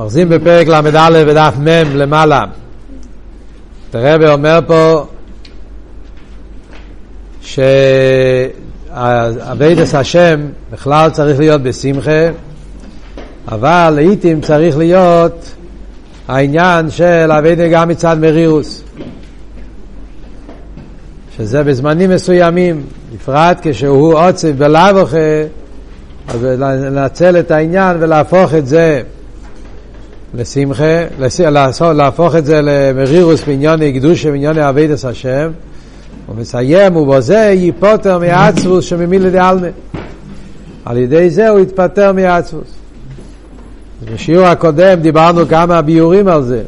אוחזים בפרק למד' בדף מ' למעלה. הרב אומר פה שעבודת השם בכלל צריך להיות בשמחה, אבל לעתים צריך להיות העניין של עבודה גם מצד מרירוס, שזה בזמנים מסוימים, בפרט כשהוא עוצב בלאו, אז לנצל את העניין ולהפוך את זה לשמחה, להפוך את זה למרירוס בענייני קדושה, בענייני עבודת השם. הוא מסיים, ובזה ייפטר מעצבות שממיל דעלמא. על ידי זה הוא יתפטר מעצבות. בשיעור הקודם דיברנו כמה ביורים על זה.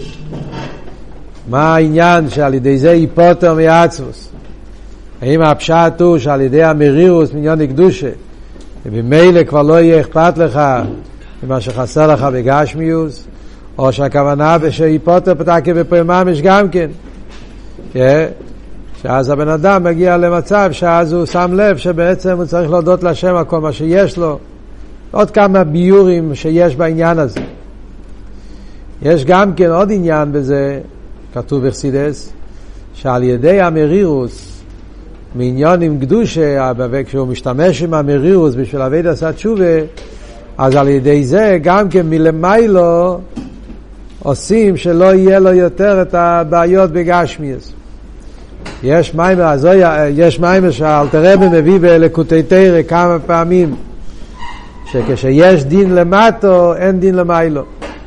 מה העניין שעל ידי זה ייפטר מעצבות? האם הפשט הוא שעל ידי המרירוס בענייני קדושה, ובמילא כבר לא יהיה אכפת לך ממה שחסר לך בגשמיוס, או שהכוונה שיפוטר פתקה בפרממש גם כן, שאז הבן אדם מגיע למצב שאז הוא שם לב שבעצם הוא צריך להודות לשם על כל מה שיש לו. עוד כמה ביורים שיש בעניין הזה. יש גם כן עוד עניין בזה, כתוב בחסידס, שעל ידי המרירוס מעניין עם קדושה, כשהוא משתמש עם המרירוס בשביל עבודת התשובה, אז על ידי זה גם כן מלמיילו עושים שלא יהיה לו יותר את הבעיות בגשמיוס. יש מיימר שהאלתר רבי מביא בליקוטי תורה כמה פעמים, שכשיש דין למטו אין דין למיילו.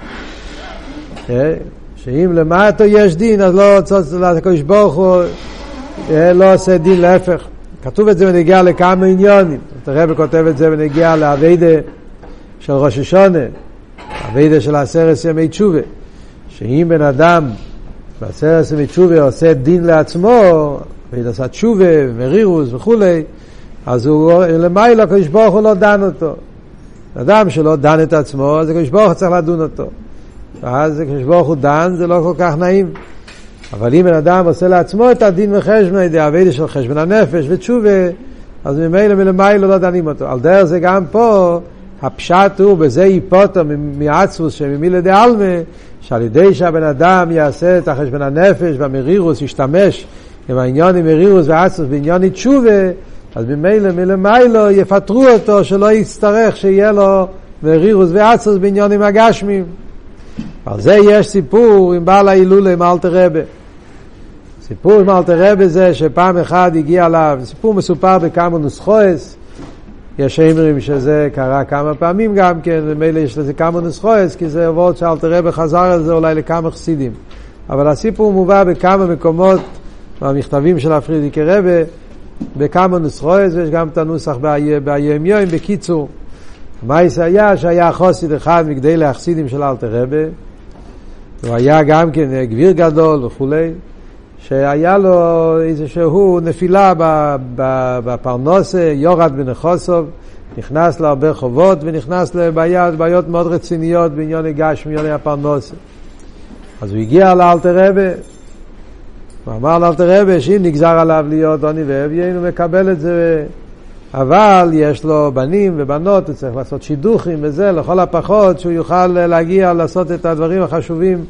שאם למטו יש דין, אז לא הקדוש ברוך הוא לא עושה דין, להפך. כתוב את זה ונגיע לכמה עניונים. האלתר רבי כותב את זה ונגיע לעבודה של ראש השונה, עבודה של 10 ימי תשובה, שאם בן אדם ב10 ימי תשובה עושה דין לעצמו, ועשה תשובה ומרירוס וכולי, אז הוא למעלה הקדוש ברוך הוא לא דן אותו. אדם שלא דן את עצמו, אז הקדוש ברוך הוא צריך לדון אותו, ואז הקדוש ברוך הוא דן, זה לא כל כך נעים. אבל אם בן אדם עושה לעצמו את הדין וחשבון, את העבודה של חשבון הנפש ותשובה, אז ממילא מלמעלה לא דנים אותו. על דרך זה גם פה הפשט הוא בזה ייפטר מעצבות שממיל דעלמא, שעל ידי שהבן אדם יעשה את החשבון הנפש והמרירוס, ישתמש עם העניין עם מרירוס ועצבות בעניין תשובה, אז ממילא מלמעלה יפטרו אותו, שלא יצטרך שיהיה לו מרירוס ועצבות בעניינים הגשמיים. על זה יש סיפור עם בעל ההילולה עם אלתר רבי. סיפור עם אלתר רבי זה שפעם אחד הגיע אליו, סיפור מסופר בכמה נוסחוס, יש אומרים שזה קרה כמה פעמים גם כן, ומילא יש לזה כמה נוסחוס, כי זה עבוד שאלתר רבי חזר על זה אולי לכמה חסידים. אבל הסיפור מובא בכמה מקומות, במכתבים של הפרידיקי רבי, בכמה נוסחוס, ויש גם את הנוסח ביומיום, בקיצור. מה היה שהיה חסיד אחד מגדולי החסידים של אלתר רבי, הוא היה גם כן גביר גדול וכולי, שהיה לו איזשהו נפילה בפרנסה, יורד בנחוסוב, נכנס להרבה חובות ונכנס לבעיות מאוד רציניות בענייני גשמי, בענייני הפרנסה. אז הוא הגיע לאלתר רבי, הוא אמר לאלתר רבי שאם נגזר עליו להיות עני ואביין, הוא מקבל את זה, אבל יש לו בנים ובנות, הוא צריך לעשות שידוכים וזה, לכל הפחות שהוא יוכל להגיע לעשות את הדברים החשובים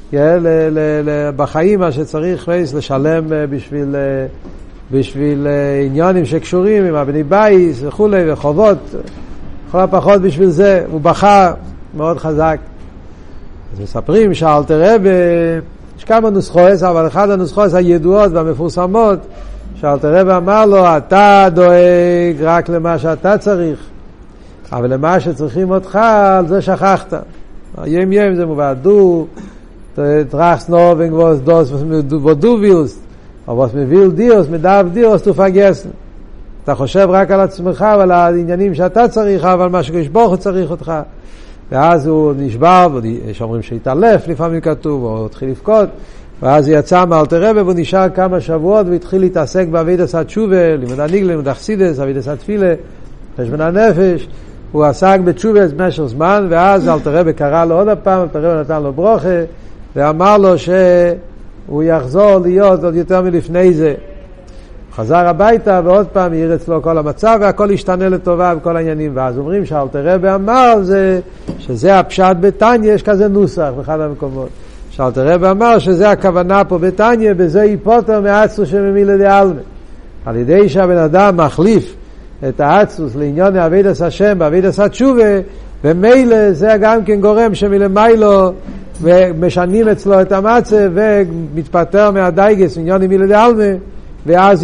בחיים, מה שצריך לשלם בשביל עניינים שקשורים עם הבני בית וכולי וחובות, לכל הפחות בשביל זה. הוא בכה מאוד חזק. אז מספרים שאלתר רבי, יש כמה נוסחוס, אבל אחד הנוסחוס הידועות והמפורסמות, שאלתר רבי אמר לו, אתה דואג רק למה שאתה צריך, אבל למה שצריכים אותך, על זה שכחת. יום זה מובן, du trachst nur wegen was du willst, aber was mir will dir, was mir darf dir, was du vergessen. אתה חושב רק על עצמך ועל העניינים שאתה צריך, אבל מה שקדוש ברוך הוא צריך אותך. ואז הוא נשבר, שאומרים שהתעלף, לפעמים כתוב, או התחיל לבכות, ואז הוא יצא מאלתר רבי, והוא נשאר כמה שבועות, והתחיל להתעסק בעבודת התשובה, לימוד הניגלה, לימוד החסידות, עבודת התפילה, חשבון הנפש. הוא עסק בתשובה במשך זמן, ואז אלתר רבי קרא לו עוד הפעם, אלתר רבי נתן לו ברוכה, ואמר לו שהוא יחזור להיות עוד יותר מלפני זה. חזר הביתה ועוד פעם יראה אצלו כל המצב והכל ישתנה לטובה וכל העניינים. ואז אומרים שאלתר רבי אמר זה שזה הפשט בתניא, יש כזה נוסח באחד המקומות. שאלתר רבי אמר שזה הכוונה פה בתניא, בזה ייפוטר מעצמוס שממילה דעלמא. על ידי שהבן אדם מחליף את העצמוס לעניין עבודת השם בעבודת התשובה, ומילא זה גם כן גורם שמלמיילו ומשנים אצלו את המצב ומתפטר מהדייגס עניין מילה דעלמא, ואז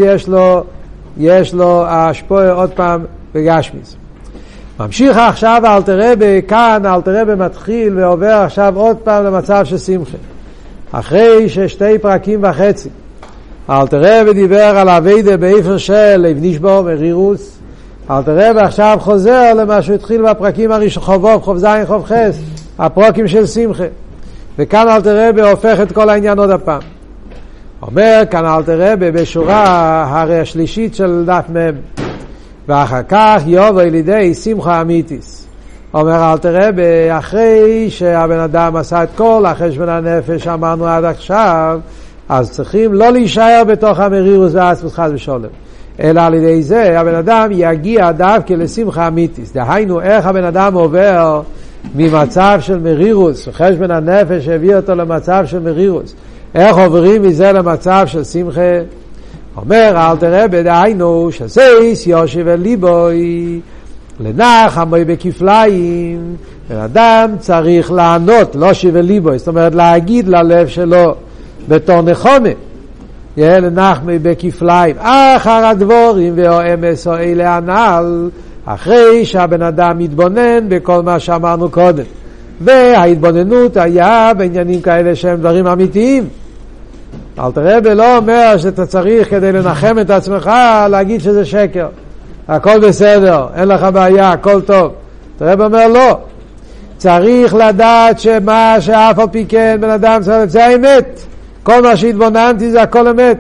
יש לו השפעה עוד פעם בגשמיס. ממשיך עכשיו אלתר רבי, כאן אלתר רבי מתחיל ועובר עכשיו עוד פעם למצב של שמחה. אחרי ששתי פרקים וחצי אלתר רבי דיבר על עבודה באופן של לב נשבור מרירוס, אלתר רבי עכשיו חוזר למה שהוא התחיל בפרקים הראשונים, חוב זין חוב חס, הפרקים של שמחה. וכאן אלתר רבי הופך את כל העניין עוד הפעם. אומר כאן אלתר רבי בשורה הרי השלישית של דף מ', ואחר כך יובא לידי שמחה אמיתיס. אומר אלתר רבי, אחרי שהבן אדם עשה את כל החשבון הנפש שאמרנו עד עכשיו, אז צריכים לא להישאר בתוך המרירוס והעצמוס חס ושלום, אלא על ידי זה הבן אדם יגיע דווקא לשמחה אמיתיס. דהיינו איך הבן אדם עובר ממצב של מרירוס, חשבון הנפש שהביא אותו למצב של מרירוס, איך עוברים מזה למצב של שמחה? אומר אלתר רבי, דהיינו שזייס יושב אל ליבוי לנח עמוי בכפליים. בן אדם צריך לענות, לא שיבל ליבוי, זאת אומרת להגיד ללב שלו בתור נחומה, יהיה לנח עמוי בכפליים אחר הדבורים והאמס או אלה הנעל, אחרי שהבן אדם מתבונן בכל מה שאמרנו קודם, וההתבוננות היה בעניינים כאלה שהם דברים אמיתיים. אלתר רבי לא אומר שאתה צריך כדי לנחם את עצמך להגיד שזה שקר, הכל בסדר, אין לך בעיה, הכל טוב. אלתר רבי אומר לא, צריך לדעת שמה שאף על פי כן בן אדם צריך, זה האמת, כל מה שהתבוננתי זה הכל אמת,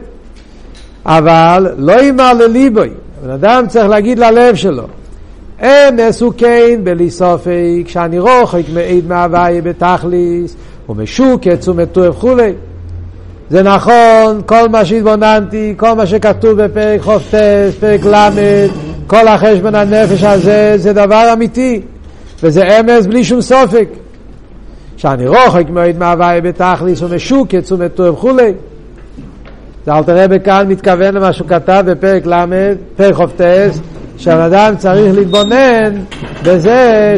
אבל לא יאמר לליבוי, בן אדם צריך להגיד ללב שלו אמס וכן בלי ספק, כשאני רוחק מעיד מהוויה בתכליס ומשוקץ ומטוב וכולי. זה נכון, כל מה שהתבוננתי, כל מה שכתוב בפרק חופטס, פרק למד, כל החשבון הנפש הזה, זה דבר אמיתי, וזה אמס בלי שום ספק. שאני רוחק מעיד מהוויה בתכליס ומשוקץ ומטוב וכולי. זה אלתר רבי כאן מתכוון למה שהוא כתב בפרק למד, פרק חופטס, שהאדם צריך להתבונן בזה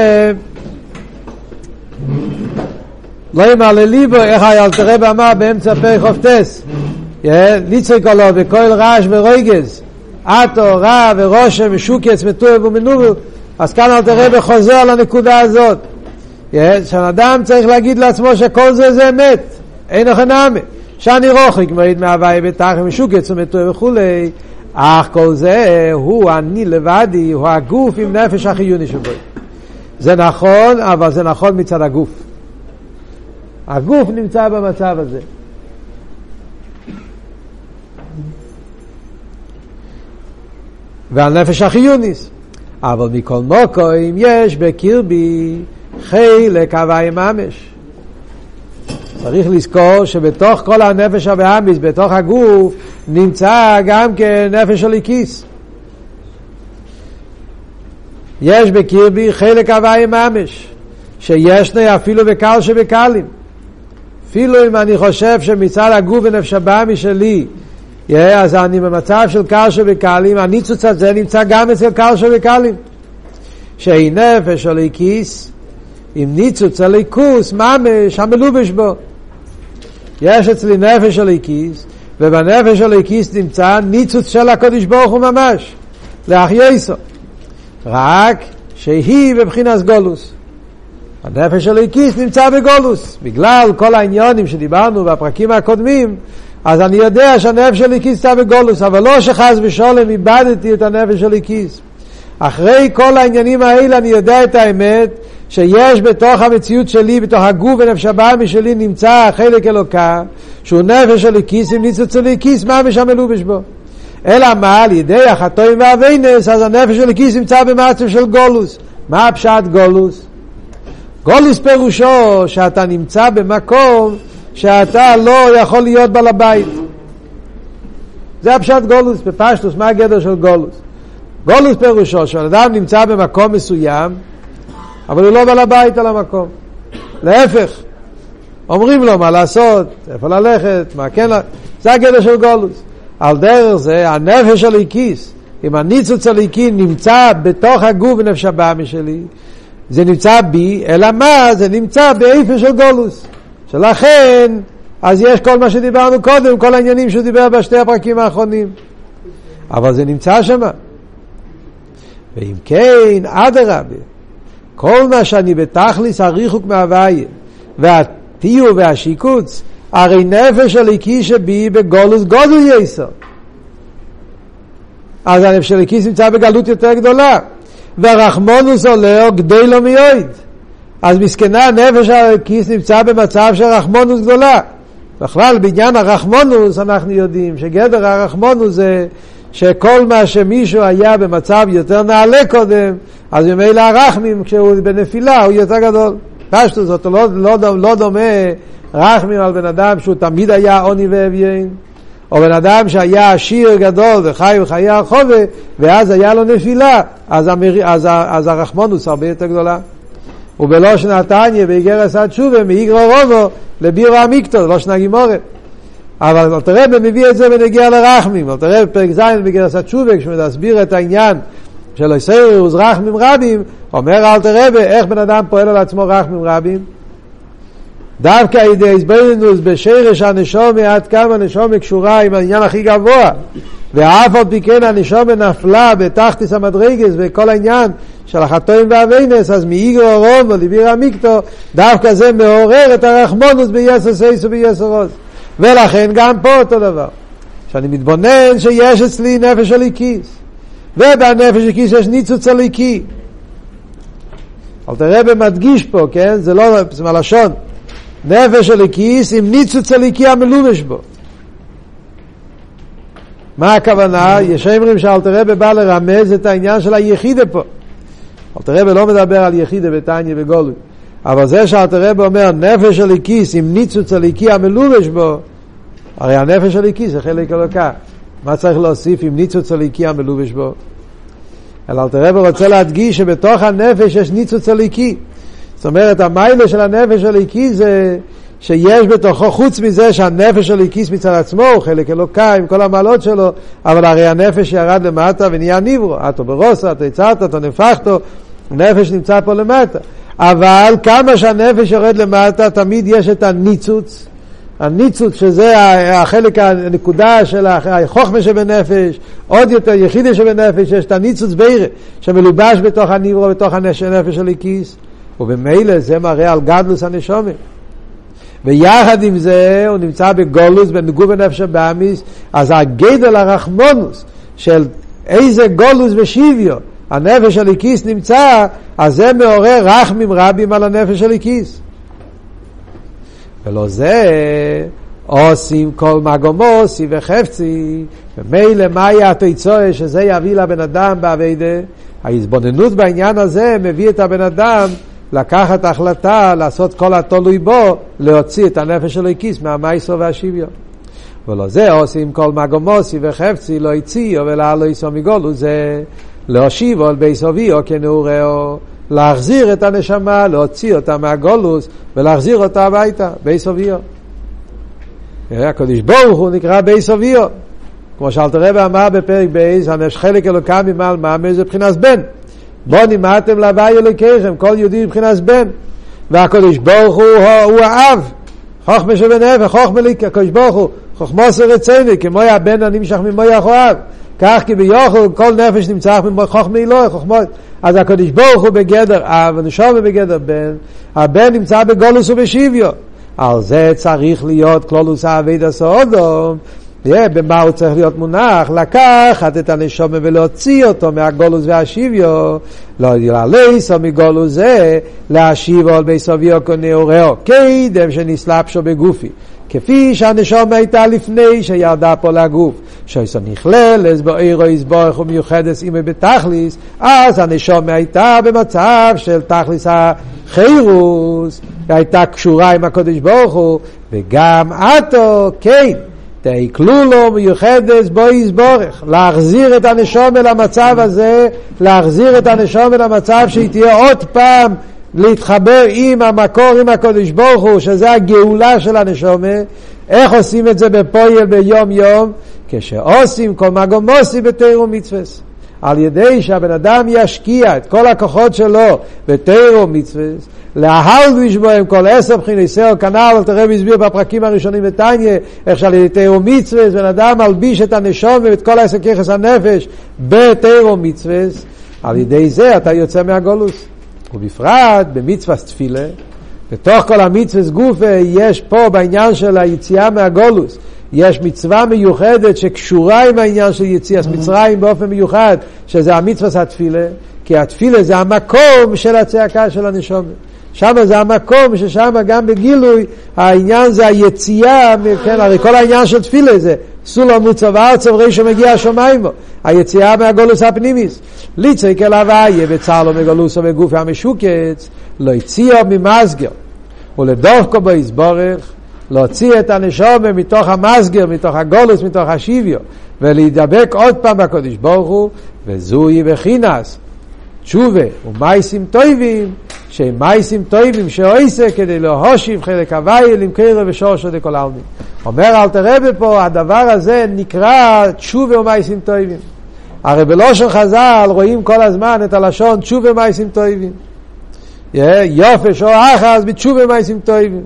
לא יאמר לליבו, איך אלתר רבי אמר באמצע פרק חופטס, ניצריק עלו בכל רעש ורויגז, עטו רע ורושם משוקץ מטוב ומנובל. אז כאן אלתר רבי חוזר לנקודה הזאת, שהאדם צריך להגיד לעצמו שכל זה אמת, אין לכם נאמה, שאני רוחק מעיד מהוויה בתכליס משוקץ ומטוב וכולי. אך כל זה הוא אני לבדי, הוא הגוף עם נפש החיוני שבו. זה נכון, אבל זה נכון מצד הגוף. הגוף נמצא במצב הזה. ועל נפש החיוניס. אבל מכל מוקוים יש בקרבי חלק הווי ממש. צריך לזכור שבתוך כל הנפש הבאמיס, בתוך הגוף, נמצא גם כנפש הליקיס. יש בקרבי חלק הווי ממש, שישנה אפילו בקל שבקלים. אפילו אם אני חושב שמצד הגוף ונפש הבאמיס שלי, אז אני במצב של קל שבקלים, הניצוץ הזה נמצא גם אצל קל שבקלים. שהיא נפש הליקיס, עם ניצוץ הליכוס, ממש, המלובש בו. יש אצלי נפש הליקיס, ובנפש הליקיס נמצא ניצוץ של הקודש ברוך הוא ממש, להחייסו. רק שהיא בבחינת גולוס. הנפש הליקיס נמצא בגולוס. בגלל כל העניונים שדיברנו בפרקים הקודמים, אז אני יודע שהנפש הליקיס נמצא בגולוס, אבל לא שחס ושלום איבדתי את הנפש הליקיס. אחרי כל העניינים האלה אני יודע את האמת, שיש בתוך המציאות שלי, בתוך הגוף ונפש הבאמי שלי, נמצא חלק אלוקה, שהוא נפש הליקיס עם ניצוץ הליקיס, ממש המלובש בו. אלא מה? על ידי החטאים והאבינס, אז הנפש הליקיס נמצא במצב של גולוס. מה הפשט גולוס? גולוס פירושו שאתה נמצא במקום שאתה לא יכול להיות בעל הבית. זה הפשט גולוס, בפשטוס. מה הגדר של גולוס? גולוס פירושו שאדם נמצא במקום מסוים, אבל הוא לא בעל הבית על המקום. להפך, אומרים לו מה לעשות, איפה ללכת, מה כן, זה הגדר של גולוס. על דרך זה, הנפש הליקוס, אם הניצוץ הליקי נמצא בתוך הגוף ונפש הבאמי שלי, זה נמצא בי, אלא מה? זה נמצא באיפה של גולוס. שלכן, אז יש כל מה שדיברנו קודם, כל העניינים שהוא דיבר בשתי הפרקים האחרונים. אבל זה נמצא שם. ואם כן, אדרבה, כל מה שאני בתכליס הריחוק מהוויה, והתיור והשיקוץ, הרי נפש הליקי שבי בגולוס גודל יסוד. אז הנפש הליקי נמצא בגלות יותר גדולה. והרחמונוס עולה גדול לו מיועד. אז מסכנה הנפש הליקי נמצא במצב של רחמונוס גדולה. בכלל בעניין הרחמונוס אנחנו יודעים שגדר הרחמונוס זה שכל מה שמישהו היה במצב יותר נעלה קודם, אז ממילא הרחמים כשהוא בנפילה הוא יותר גדול. פשטו זאת לא דומה רחמים על בן אדם שהוא תמיד היה עוני ואביין, או בן אדם שהיה עשיר גדול וחי וחיי החובה ואז היה לו נפילה, אז הרחמונוס הרבה יותר גדולה. ובלושן התניא באיגרס התשובה מאיגרא רובו לבירא עמיקתא, לושן הגימורה. אבל אלתר רבי מביא את זה ונגיע לרחמים. אלתר רבי פרק ז' באיגרס התשובה כשמסביר את העניין של איסורוס רחמים רבים, אומר אלתר רבי איך בן אדם פועל על עצמו רחמים רבים. דווקא ידי הסברינוס בשרש הנשומה עד כמה הנשומה קשורה עם העניין הכי גבוה, ואף עוד פי כן הנשומה נפלה בתחתיס המדרגס וכל העניין של החטאים והאבינס, אז מאיגרא רובו לבירא עמיקתא דווקא זה מעורר את הרחמונוס ביסר סייס וביסר עוז. ולכן גם פה אותו דבר, שאני מתבונן שיש אצלי נפש הליקוס, ובנפש הליקוס יש ניצוץ הליקי. אלתר רבי מדגיש פה, כן, זה לא זה מלשון נפש הליקוס עם ניצוץ הליקי המלובש בו. מה הכוונה? יש אומרים שאלתר רבי בא לרמז את העניין של היחידה פה. אלתר רבי לא מדבר על יחידה בתניא וגולוי, אבל זה שאלתר רבי אומר נפש הליקוס עם ניצוץ הליקי המלובש בו, הרי הנפש הליקי זה חלק אלוקה, מה צריך להוסיף עם ניצוץ הליקי המלובש בו? אלא אלתר רבי רוצה להדגיש שבתוך הנפש יש ניצוץ הליקי. זאת אומרת המיילה של הנפש הליקי זה שיש בתוכו, חוץ מזה שהנפש הליקי מצד עצמו הוא חלק אלוקה עם כל המעלות שלו, אבל הרי הנפש ירד למטה ונהיה נברו, אתו ברוסה, אתו יצרת, אתו נפחתו, נפש נמצא פה למטה. אבל כמה שהנפש יורד למטה תמיד יש את הניצוץ, הניצוץ שזה החלק הנקודה של החוכמה שבנפש, עוד יותר יחידה שבנפש, יש את הניצוץ בירה שמלובש בתוך הנברו, בתוך הנפש הליקיס, ובמילא זה מראה על גדלוס הנשומה. ויחד עם זה הוא נמצא בגולוס בנגוב הנפש הבאמיס, אז הגדל הרחמונוס של איזה גולוס ושוויו הנפש הליקיס נמצא, אז זה מעורר רחמים רבים על הנפש הליקיס. ולא זה עושים כל מגומוסי וחפצי, ומילא מה יהיה התוצאה שזה יביא לבן אדם בעבודה. ההתבוננות בעניין הזה מביא את הבן אדם לקחת החלטה לעשות כל התלוי בו, להוציא את הנפש הלוקייס מהמייסו והשוויון. ולא זה עושים כל מגומוסי וחפצי לא הציעו ולא יסו מגולו, זה להושיבו על בייס אביו כנעורהו, להחזיר את הנשמה, להוציא אותה מהגולוס ולהחזיר אותה הביתה, בייס אביו. הקדוש ברוך הוא נקרא בייס אביו, כמו שאלתר רבי אמר בפרק בייס, חלק אלוקה ממעל ממש זה מבחינת בן, בונים מאתם להווי אלוקיכם, כל יהודי מבחינת בן, והקדוש ברוך הוא האב, חוכמה שבנפש, חוכמה ליקה, הקדוש ברוך הוא חוכמוס רציני, כמו הבן הנמשך ממויח אוהב, כך כי ביוכל כל נפש נמצא חוכמה אלוהי, חוכמות. אז הקדוש ברוך הוא בגדר אב, הנשמה בגדר בן, הבן נמצא בגולוס ובשוויון. על זה צריך להיות כלולוס העבודה סעודום. במה הוא צריך להיות מונח? לקחת את הנשמה ולהוציא אותו מהגולוס והשוויון, לא להיסו מגולוס זה, להשיבו על בייס אביו כנעורהו, קדם שנסלבשו בגופי, כפי שהנשמה הייתה לפני שירדה פה לגוף, שאיסו נכללס באירו יסבורך ומיוחדס אימי בתכליס, אז הנשמה הייתה במצב של תכליס החירוס, הייתה קשורה עם הקדוש ברוך הוא, וגם עתו כן תעיכלו לו מיוחדס בו יסבורך, להחזיר את הנשמה למצב הזה, להחזיר את הנשמה למצב שהיא תהיה עוד פעם להתחבר עם המקור, עם הקודש ברוך הוא, שזה הגאולה של הנשמה. איך עושים את זה בפועל ביום יום? כשעושים כל מגומוסי בתורה ומצוות. על ידי שהבן אדם ישקיע את כל הכוחות שלו בתורה ומצוות, להלביש בהם כל 10 בחינות שכל כנ"ל, תראה והסביר בפרקים הראשונים בתניא, איך שעל ידי תורה ומצוות בן אדם מלביש את הנשמה ואת כל 10 כיחס הנפש בתורה ומצוות. על ידי זה אתה יוצא מהגולוס. ובפרט במצוות תפילה, בתוך כל המצוות גופה, יש פה בעניין של היציאה מהגולוס, יש מצווה מיוחדת שקשורה עם העניין של יציאת מצרים באופן מיוחד, שזה המצוות התפילה, כי התפילה זה המקום של הצעקה של הנשמה. שם זה המקום ששם גם בגילוי העניין זה היציאה, כן, הרי כל העניין של תפילה זה סולם מוצב ארצה ורישו מגיע השמיים בו, היציאה מהגולוס הפנימיס. ליצק אל הוויה וצר לו מגולוס ומגוף המשוקץ, לא הציע ממסגר ולדווקא בו יסבורך, להוציא את הנשמה מתוך המסגר, מתוך הגולוס, מתוך השיביו, ולהידבק עוד פעם בקודש ברוך הוא, וזוהי בחינס תשובה ומייסים טובים, שהם מייסים טובים שעושה כדי להושיב חלק הוויה למכירה ושורשו דכל העלמין. אומר אלתר רבי פה, הדבר הזה נקרא תשובה ומייסים טובים. הרי בלושן חז"ל רואים כל הזמן את הלשון תשובה ומייסים טובים. יופש או אחז בתשובה ומייסים טובים.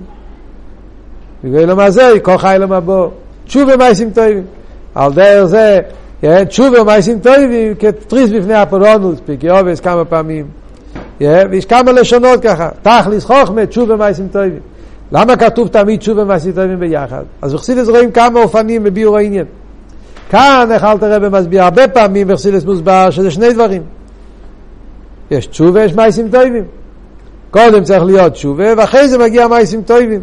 בגלל מה זה, כל חי למבוא. תשובה ומייסים טובים. על דרך זה, תשובה ומייסים טובים כתריס בפני הפורענות, פרקי אובס כמה פעמים. ויש כמה לשונות ככה. תכליס חוכמה, תשובה ומייסים טובים. למה כתוב תמיד תשובה ומייסים טובים ביחד? אז בחסידות רואים כמה אופנים בביאור העניין. כאן אלתר רבי מסביר הרבה פעמים בחסידות מוסבר שזה שני דברים. יש תשובה, יש מייסים טובים. קודם צריך להיות תשובה, ואחרי זה מגיע מייסים טובים.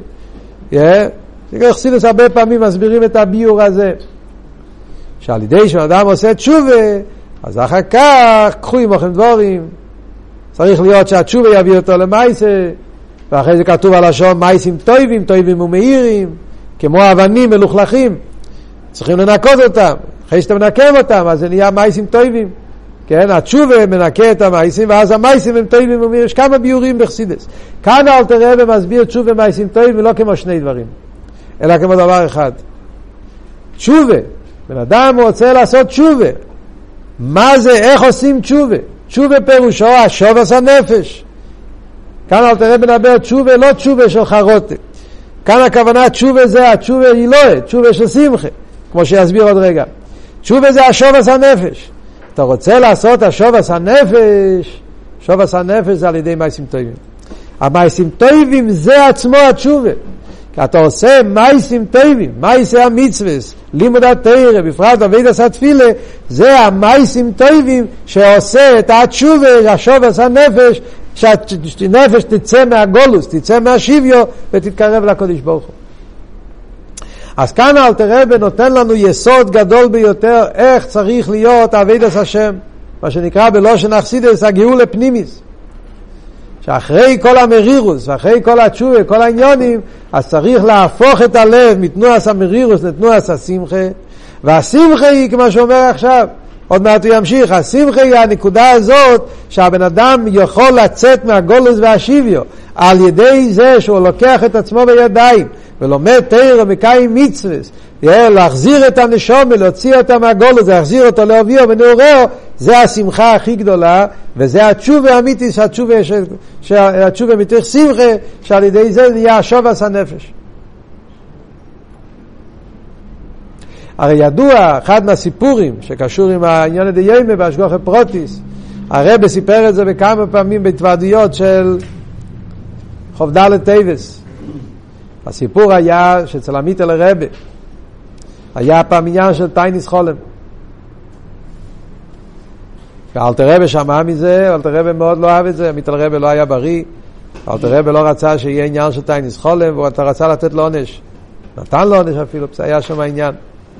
בחסידות הרבה פעמים מסבירים את הביאור הזה. שעל ידי שאדם עושה תשובה, אז אחר כך קחו עמכם דברים. צריך להיות שהתשובה יביא אותו למייסה, ואחרי זה כתוב על השום מייסים טובים, טובים ומאירים, כמו אבנים מלוכלכים. צריכים לנקות אותם. אחרי שאתה מנקם אותם, אז זה נהיה מייסים טובים. כן, התשובה מנקה את המייסים, ואז המייסים הם טובים ומאירים. יש כמה ביורים בחסידות. כאן אלתר רבי מסביר תשובה ומייסים טובים, ולא כמו שני דברים, אלא כמו דבר אחד. תשובה. בן אדם רוצה לעשות תשובה. מה זה, איך עושים תשובה? תשובה פירושו השובס הנפש. כאן אלתר רבי מדבר תשובה, לא תשובה של חרוטה. כאן הכוונה תשובה זה התשובה אלוהית, תשובה של שמחה, כמו שיסביר עוד רגע. תשובה זה השובס הנפש. אתה רוצה לעשות השובס הנפש, שובס הנפש זה על ידי מייסים טובים. המייסים טובים זה עצמו התשובה. כי אתה עושה מייסים טובים, מייסי המצווס, לימוד התורה, בפרט עבודת התפילה, זה המייסים טובים שעושה את התשובה, השובס הנפש, שהנפש תצא מהגולוס, תצא מהשיביו ותתקרב לקודש ברוך הוא. אז כאן אלתר רבי נותן לנו יסוד גדול ביותר איך צריך להיות עבודת השם, מה שנקרא בלושן החסידות הגאולה פנימיס. שאחרי כל המרירוס ואחרי כל התשובה, כל העניונים, אז צריך להפוך את הלב מתנועת המרירוס לתנועת השמחה, והשמחה היא כמו שאומר עכשיו, עוד מעט הוא ימשיך, השמחה היא הנקודה הזאת שהבן אדם יכול לצאת מהגולוס והשיביו על ידי זה שהוא לוקח את עצמו בידיים ולומד תורה ומקיים מצוות, להחזיר את הנשמה, להוציא אותה מהגולוס, להחזיר אותו להביאו ונעוררו, זה השמחה הכי גדולה, וזה התשובה האמיתית, שהתשובה מתוך שמחה, שעל ידי זה נהיה השובס הנפש. הרי ידוע, אחד מהסיפורים שקשור עם העניין הדיימה בהשגחה פרוטיס, הרב סיפר את זה בכמה פעמים בהתוועדויות של חוב ד' טייבס. הסיפור היה שאצל עמיתל הרב היה פעם עניין של טייניס חולם. אלתר רבי שמע מזה, אלתר רבי מאוד לא אהב את זה, עמיתל רבי לא היה בריא, אלתר רבי לא רצה שיהיה עניין של טייניס חולם, והוא רצה לתת לו עונש. נתן לו עונש אפילו, היה שם העניין.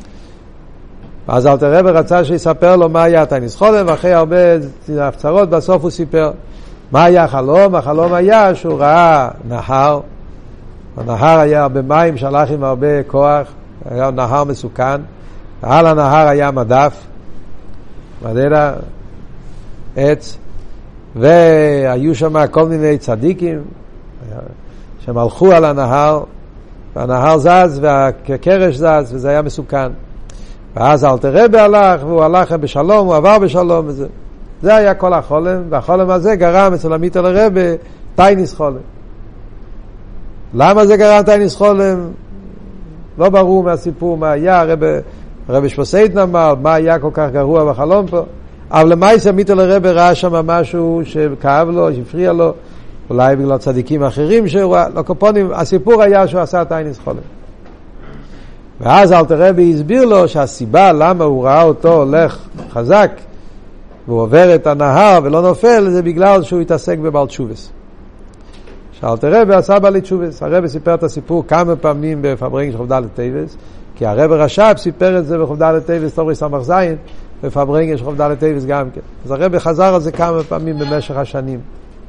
אז אלתר רבי רצה שיספר לו מה היה טייניס חולם, ואחרי הרבה הפצרות בסוף הוא סיפר מה היה החלום. החלום היה שהוא ראה נהר, הנהר היה הרבה מים, שלח עם הרבה כוח, היה נהר מסוכן, על הנהר היה מדף, מדלה, עץ, והיו שם כל מיני צדיקים שהם הלכו על הנהר, והנהר זז והקרש זז, וזה היה מסוכן. ואז אלתר רבי הלך, והוא הלך בשלום, הוא עבר בשלום, וזה. זה היה כל החולם, והחולם הזה גרם אצל עמיטל הרבי תייניס חולם. למה זה גרם תייניס חולם? לא ברור מהסיפור מה היה, הרבי שפוסיידן אמר, מה היה כל כך גרוע בחלום פה. אבל למעשה עמיטל הרבי ראה שם משהו שכאב לו, שהפריע לו, אולי בגלל צדיקים אחרים שהוא ראה, לא קופונים, הסיפור היה שהוא עשה תייניס חולם. ואז אלתר רבי הסביר לו שהסיבה למה הוא ראה אותו הולך חזק והוא עובר את הנהר ולא נופל, זה בגלל שהוא התעסק בבעל תשובס. שאלתר רבי עשה בעל תשובס. הרבי סיפר את הסיפור כמה פעמים בפברנגש חובדל טייבס, כי הרבי רש"ב סיפר את זה בחובדל טייבס תורי סמך זין, בפברנגש חובדל טייבס גם כן. אז הרבי חזר על זה כמה פעמים במשך השנים.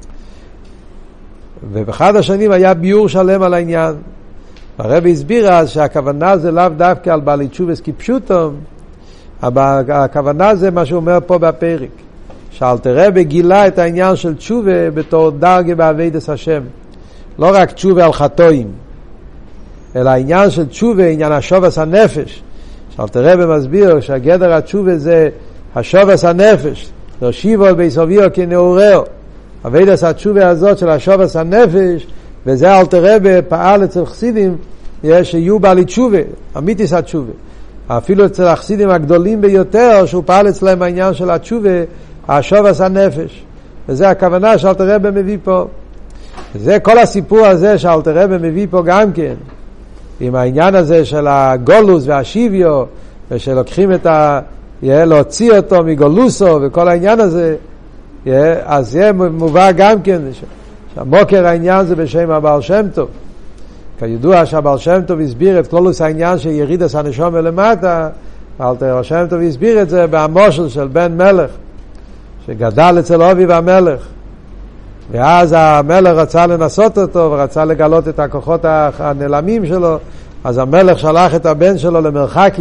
ובאחד השנים היה ביור שלם על העניין. הרבי הסביר אז שהכוונה זה לאו דווקא על בעל תשובס כפשוטו, אבל הכוונה זה מה שהוא אומר פה בפרק, שאלתר רבי גילה את העניין של תשובה בתור דרגה בעבודת השם, לא רק תשובה על חטאים, אלא העניין של תשובה, עניין השובס הנפש. שאלתר רבי מסביר שהגדר התשובה זה השובס הנפש, להושיבו על בית אביו כנעורר, עבודת התשובה הזאת של השובס הנפש, וזה אלתר רבי פעל אצל חסידים שיהיו בעלי תשובה, אמיתיס התשובה. אפילו אצל החסידים הגדולים ביותר, שהוא פעל אצלם העניין של התשובה, השובס הנפש. וזה הכוונה שאלתר רבי מביא פה. וזה כל הסיפור הזה שאלתר רבי מביא פה גם כן, עם העניין הזה של הגולוס והשיביו, ושלוקחים להוציא אותו מגולוסו, וכל העניין הזה, אז זה מובא גם כן, שהמוקר העניין זה בשם הבעל שם טוב. כידוע שהבעל שם טוב הסביר את כלולוס העניין של ירידת הנשמה למטה, אלתר שם טוב הסביר את זה במושל של בן מלך, שגדל אצל אביו המלך, ואז המלך רצה לנסות אותו, ורצה לגלות את הכוחות הנעלמים שלו, אז המלך שלח את הבן שלו למרחקים,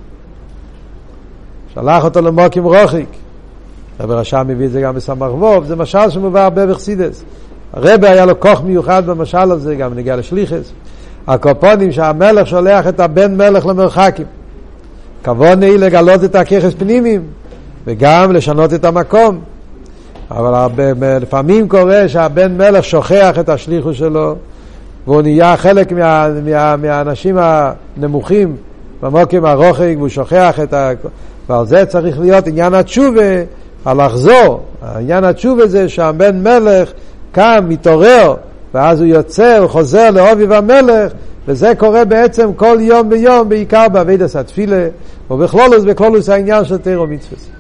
שלח אותו למוקים רוחק. רבי רש"ב מביא את זה גם בסמ"ך ווב, זה משל שמובא הרבה בחסידות. הרבי היה לו כוח מיוחד במשל הזה, גם נגיע לשליחס. הקופונים שהמלך שולח את הבן מלך למרחקים. כוונה היא לגלות את הכיחס פנימיים, וגם לשנות את המקום. אבל לפעמים קורה שהבן מלך שוכח את השליחוס שלו, והוא נהיה חלק מהאנשים הנמוכים, במוקים הרוחק, והוא שוכח את ועל זה צריך להיות עניין התשובה, על לחזור. העניין התשובה זה שהבן מלך קם, מתעורר, ואז הוא יוצא, הוא חוזר לאביו המלך, וזה קורה בעצם כל יום ביום, בעיקר בעבודת התפילה, ובכלולוס העניין של תורה ומצוות.